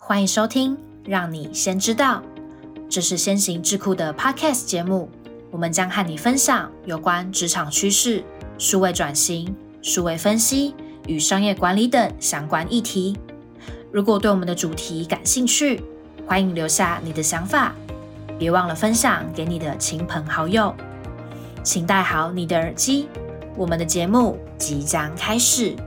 欢迎收听，让你先知道。这是先行智库的 Podcast 节目，我们将和你分享有关职场趋势、数位转型、数位分析与商业管理等相关议题。如果对我们的主题感兴趣，欢迎留下你的想法，别忘了分享给你的亲朋好友。请戴好你的耳机，我们的节目即将开始。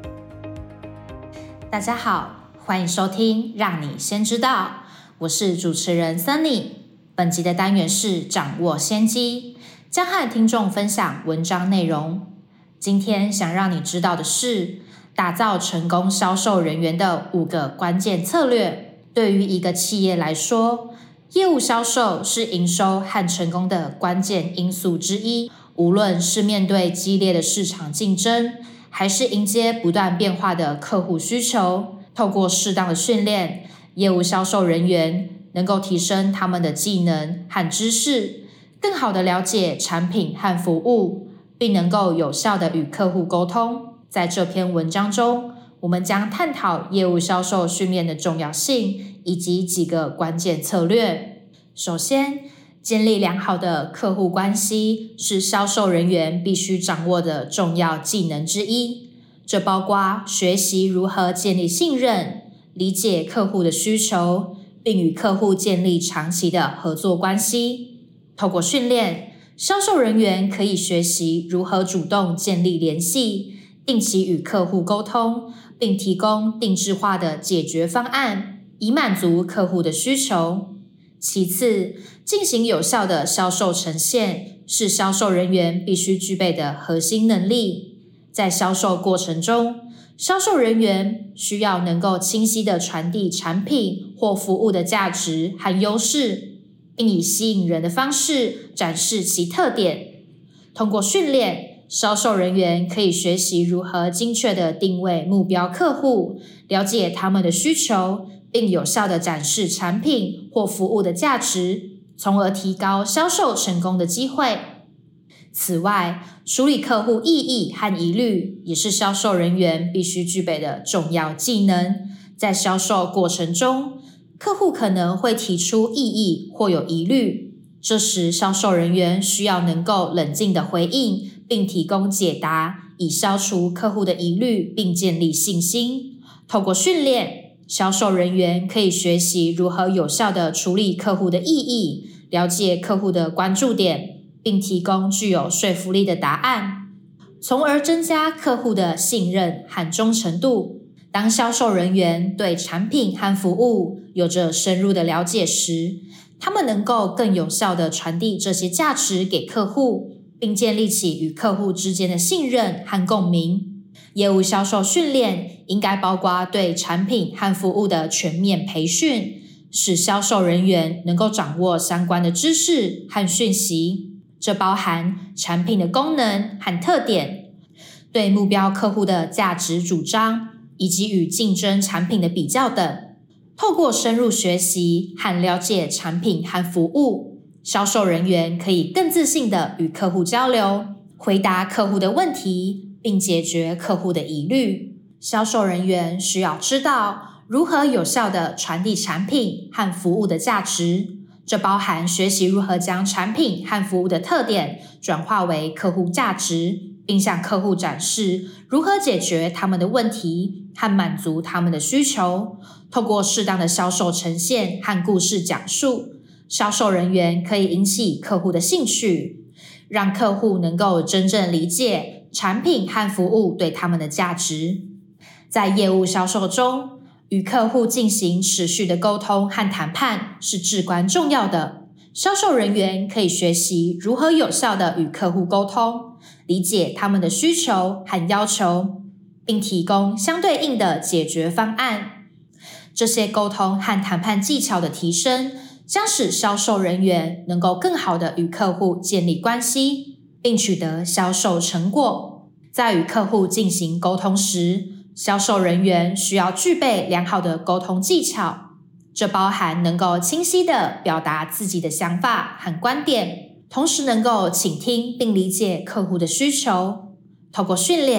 大家好，欢迎收听让你先知道，我是主持人 Sunny。 本集的单元是掌握先机，将和听众分享文章内容。今天想让你知道的是，打造成功销售人员的5个关键策略。对于一个企业来说，业务销售是营收和成功的关键因素之一。无论是面对激烈的市场竞争，还是迎接不断变化的客户需求，透过适当的训练，业务销售人员能够提升他们的技能和知识，更好地了解产品和服务，并能够有效地与客户沟通。在这篇文章中，我们将探讨业务销售训练的重要性，以及几个关键策略。首先，建立良好的客户关系是销售人员必须掌握的重要技能之一。这包括学习如何建立信任，理解客户的需求，并与客户建立长期的合作关系。透过训练，销售人员可以学习如何主动建立联系，定期与客户沟通，并提供定制化的解决方案，以满足客户的需求。其次，进行有效的销售呈现是销售人员必须具备的核心能力。在销售过程中，销售人员需要能够清晰地传递产品或服务的价值和优势，并以吸引人的方式展示其特点。通过训练，销售人员可以学习如何精确地定位目标客户，了解他们的需求，并有效地展示产品或服务的价值，从而提高销售成功的机会。此外，处理客户异议和疑虑也是销售人员必须具备的重要技能。在销售过程中，客户可能会提出异议或有疑虑，这时销售人员需要能够冷静地回应，并提供解答，以消除客户的疑虑并建立信心。透过训练，销售人员可以学习如何有效地处理客户的异议，了解客户的关注点，并提供具有说服力的答案，从而增加客户的信任和忠诚度。当销售人员对产品和服务有着深入的了解时，他们能够更有效地传递这些价值给客户，并建立起与客户之间的信任和共鸣。业务销售训练应该包括对产品和服务的全面培训，使销售人员能够掌握相关的知识和讯息。这包含产品的功能和特点，对目标客户的价值主张，以及与竞争产品的比较等。透过深入学习和了解产品和服务，销售人员可以更自信地与客户交流，回答客户的问题，并解决客户的疑虑。销售人员需要知道如何有效地传递产品和服务的价值，这包含学习如何将产品和服务的特点转化为客户价值，并向客户展示如何解决他们的问题和满足他们的需求。透过适当的销售呈现和故事讲述，销售人员可以引起客户的兴趣，让客户能够真正理解产品和服务对他们的价值。在业务销售中，与客户进行持续的沟通和谈判是至关重要的。销售人员可以学习如何有效地与客户沟通，理解他们的需求和要求，并提供相对应的解决方案。这些沟通和谈判技巧的提升，将使销售人员能够更好地与客户建立关系，并取得销售成果。在与客户进行沟通时，销售人员需要具备良好的沟通技巧，这包含能够清晰地表达自己的想法和观点，同时能够倾听并理解客户的需求。透过训练，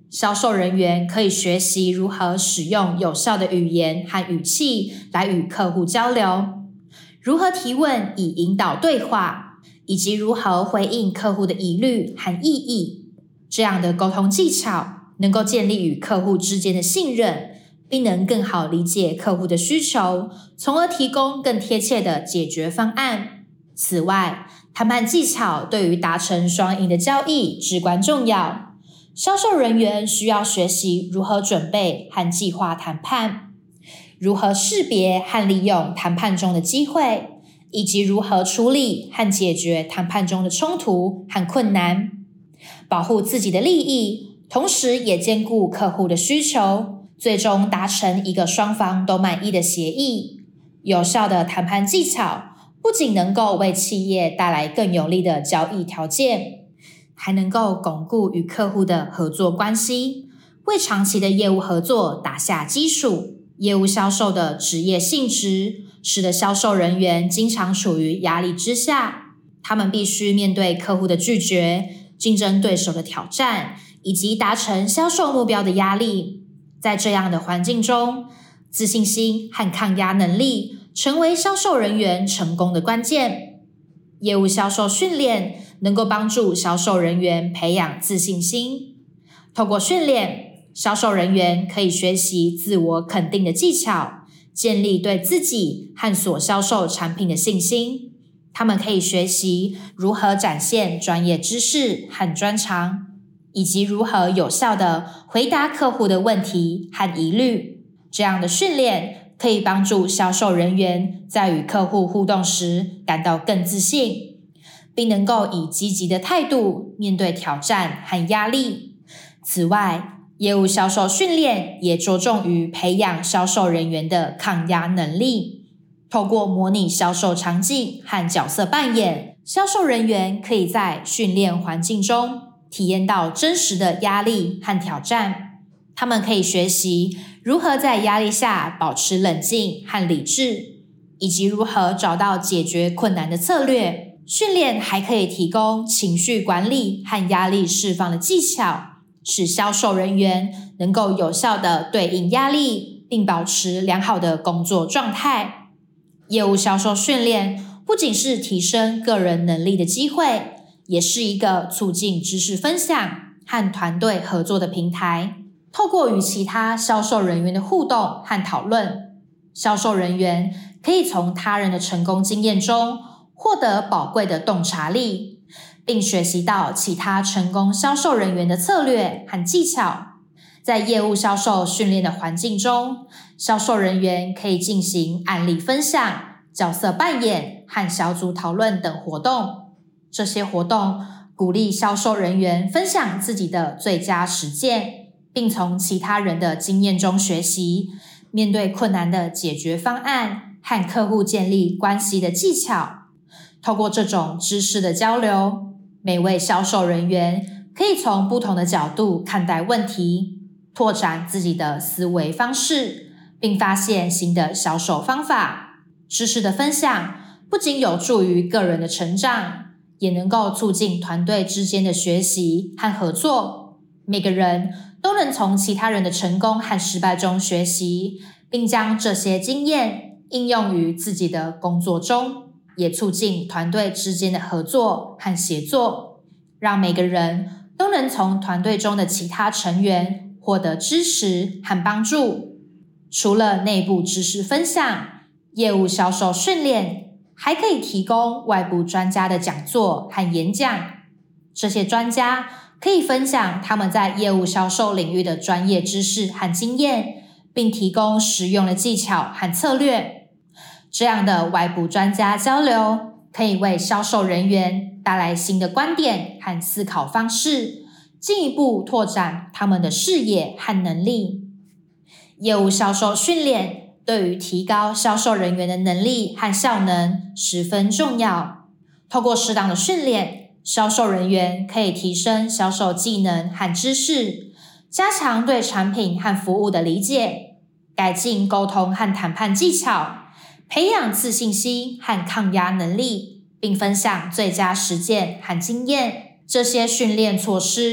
销售人员可以学习如何使用有效的语言和语气来与客户交流，如何提问以引导对话，以及如何回应客户的疑虑和异议。这样的沟通技巧能够建立与客户之间的信任，并能更好理解客户的需求，从而提供更贴切的解决方案。此外，谈判技巧对于达成双赢的交易至关重要。销售人员需要学习如何准备和计划谈判，如何识别和利用谈判中的机会，以及如何处理和解决谈判中的冲突和困难，保护自己的利益，同时也兼顾客户的需求，最终达成一个双方都满意的协议。有效的谈判技巧不仅能够为企业带来更有利的交易条件，还能够巩固与客户的合作关系，为长期的业务合作打下基础。业务销售的职业性质使得销售人员经常处于压力之下，他们必须面对客户的拒绝、竞争对手的挑战，以及达成销售目标的压力。在这样的环境中，自信心和抗压能力成为销售人员成功的关键。业务销售训练能够帮助销售人员培养自信心。透过训练，销售人员可以学习自我肯定的技巧，建立对自己和所销售产品的信心。他们可以学习如何展现专业知识和专长，以及如何有效地回答客户的问题和疑虑。这样的训练可以帮助销售人员在与客户互动时感到更自信，并能够以积极的态度面对挑战和压力。此外，业务销售训练也着重于培养销售人员的抗压能力。透过模拟销售场景和角色扮演，销售人员可以在训练环境中体验到真实的压力和挑战。他们可以学习如何在压力下保持冷静和理智，以及如何找到解决困难的策略。训练还可以提供情绪管理和压力释放的技巧，使销售人员能够有效地对应压力，并保持良好的工作状态。业务销售训练不仅是提升个人能力的机会，也是一个促进知识分享和团队合作的平台。透过与其他销售人员的互动和讨论，销售人员可以从他人的成功经验中获得宝贵的洞察力，并学习到其他成功销售人员的策略和技巧。在业务销售训练的环境中，销售人员可以进行案例分享、角色扮演和小组讨论等活动。这些活动鼓励销售人员分享自己的最佳实践，并从其他人的经验中学习面对困难的解决方案和客户建立关系的技巧。透过这种知识的交流，每位销售人员可以从不同的角度看待问题，拓展自己的思维方式，并发现新的销售方法。知识的分享不仅有助于个人的成长，也能够促进团队之间的学习和合作。每个人都能从其他人的成功和失败中学习，并将这些经验应用于自己的工作中，也促进团队之间的合作和协作，让每个人都能从团队中的其他成员获得支持和帮助。除了内部知识分享，业务销售训练还可以提供外部专家的讲座和演讲。这些专家可以分享他们在业务销售领域的专业知识和经验，并提供实用的技巧和策略。这样的外部专家交流可以为销售人员带来新的观点和思考方式，进一步拓展他们的视野和能力。业务销售训练对于提高销售人员的能力和效能十分重要。透过适当的训练，销售人员可以提升销售技能和知识，加强对产品和服务的理解，改进沟通和谈判技巧，培养自信心和抗压能力，并分享最佳实践和经验。这些训练措施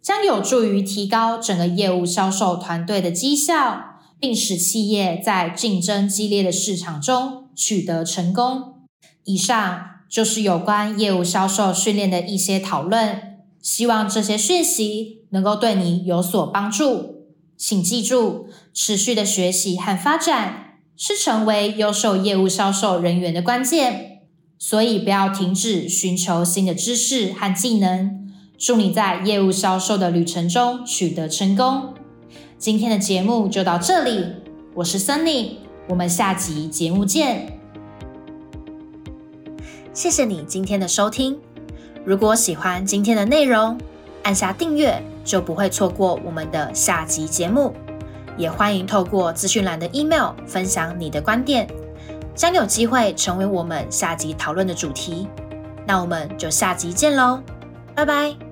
将有助于提高整个业务销售团队的绩效，并使企业在竞争激烈的市场中取得成功。以上就是有关业务销售训练的一些讨论，希望这些讯息能够对你有所帮助。请记住，持续的学习和发展是成为优秀业务销售人员的关键，所以不要停止寻求新的知识和技能。祝你在业务销售的旅程中取得成功。今天的节目就到这里，我是 Sunny， 我们下集节目见。谢谢你今天的收听。如果喜欢今天的内容，按下订阅就不会错过我们的下集节目。也欢迎透过资讯栏的 email 分享你的观点，将有机会成为我们下集讨论的主题。那我们就下集见咯，拜拜。